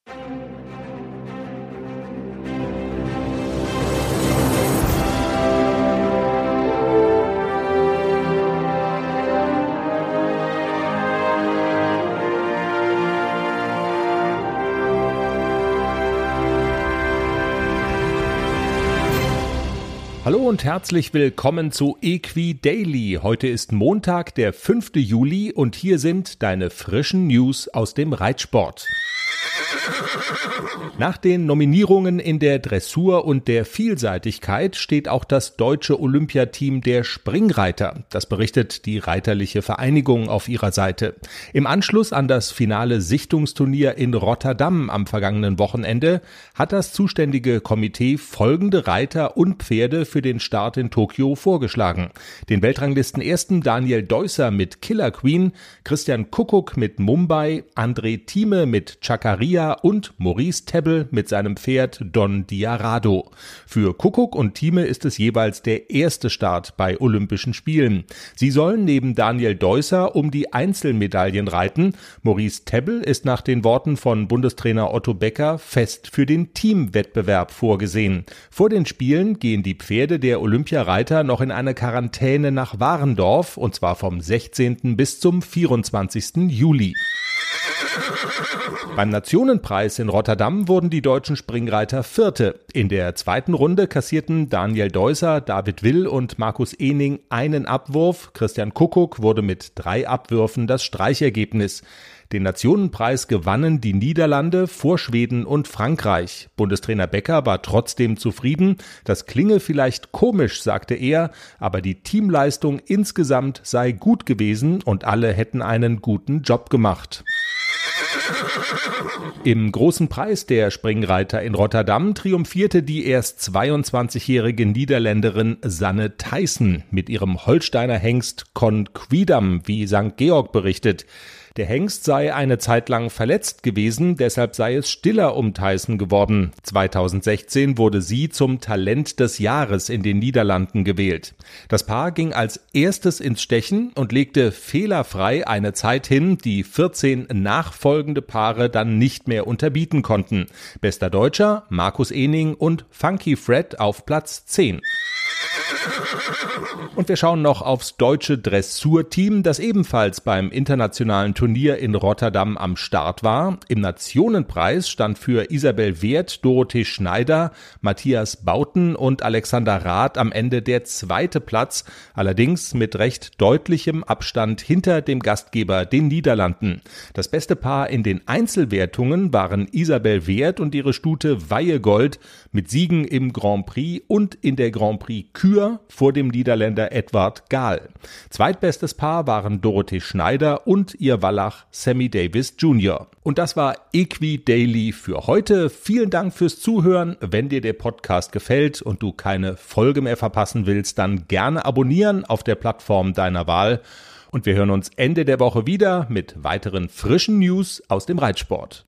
Hallo und herzlich willkommen zu EquiDaily. Heute ist Montag, der 5. Juli und hier sind deine frischen News aus dem Reitsport. Nach den Nominierungen in der Dressur und der Vielseitigkeit steht auch das deutsche Olympiateam der Springreiter. Das berichtet die Reiterliche Vereinigung auf ihrer Seite. Im Anschluss an das finale Sichtungsturnier in Rotterdam am vergangenen Wochenende hat das zuständige Komitee folgende Reiter und Pferde für den Start in Tokio vorgeschlagen. Den Weltranglisten-Ersten Daniel Deusser mit Killer Queen, Christian Kuckuck mit Mumbai, André Thieme mit Chakaria und Maurice Tebbel mit seinem Pferd Don Diarado. Für Kuckuck und Thieme ist es jeweils der erste Start bei Olympischen Spielen. Sie sollen neben Daniel Deusser um die Einzelmedaillen reiten. Maurice Tebbel ist nach den Worten von Bundestrainer Otto Becker fest für den Teamwettbewerb vorgesehen. Vor den Spielen gehen die Pferde der Olympiareiter noch in eine Quarantäne nach Warendorf, und zwar vom 16. bis zum 24. Juli. Beim Nationenpreis in Rotterdam wurden die deutschen Springreiter Vierte. In der zweiten Runde kassierten Daniel Deusser, David Will und Markus Ehning einen Abwurf. Christian Kuckuck wurde mit 3 Abwürfen das Streichergebnis. Den Nationenpreis gewannen die Niederlande vor Schweden und Frankreich. Bundestrainer Becker war trotzdem zufrieden. Das klinge vielleicht komisch, sagte er, aber die Teamleistung insgesamt sei gut gewesen und alle hätten einen guten Job gemacht. Im großen Preis der Springreiter in Rotterdam triumphierte die erst 22-jährige Niederländerin Sanne Thijssen mit ihrem Holsteiner Hengst Con Quidam, wie St. Georg berichtet. Der Hengst sei eine Zeit lang verletzt gewesen, deshalb sei es stiller um Thijssen geworden. 2016 wurde sie zum Talent des Jahres in den Niederlanden gewählt. Das Paar ging als erstes ins Stechen und legte fehlerfrei eine Zeit hin, die 14 nachfolgende Paare dann nicht mehr unterbieten konnten. Bester Deutscher Markus Ehning und Funky Fred auf Platz 10. Und wir schauen noch aufs deutsche Dressurteam, das ebenfalls beim internationalen Turnier in Rotterdam am Start war. Im Nationenpreis stand für Isabel Wert, Dorothee Schneider, Matthias Bauten und Alexander Rath am Ende der 2. Platz, allerdings mit recht deutlichem Abstand hinter dem Gastgeber, den Niederlanden. Das beste Paar in den Einzelwertungen waren Isabel Wert und ihre Stute Weihegold mit Siegen im Grand Prix und in der Grand Prix Kür vor dem Niederländer Edward Gal. Zweitbestes Paar waren Dorothee Schneider und ihr Wallach Sammy Davis Jr. Und das war EquiDaily für heute. Vielen Dank fürs Zuhören. Wenn dir der Podcast gefällt und du keine Folge mehr verpassen willst, dann gerne abonnieren auf der Plattform deiner Wahl. Und wir hören uns Ende der Woche wieder mit weiteren frischen News aus dem Reitsport.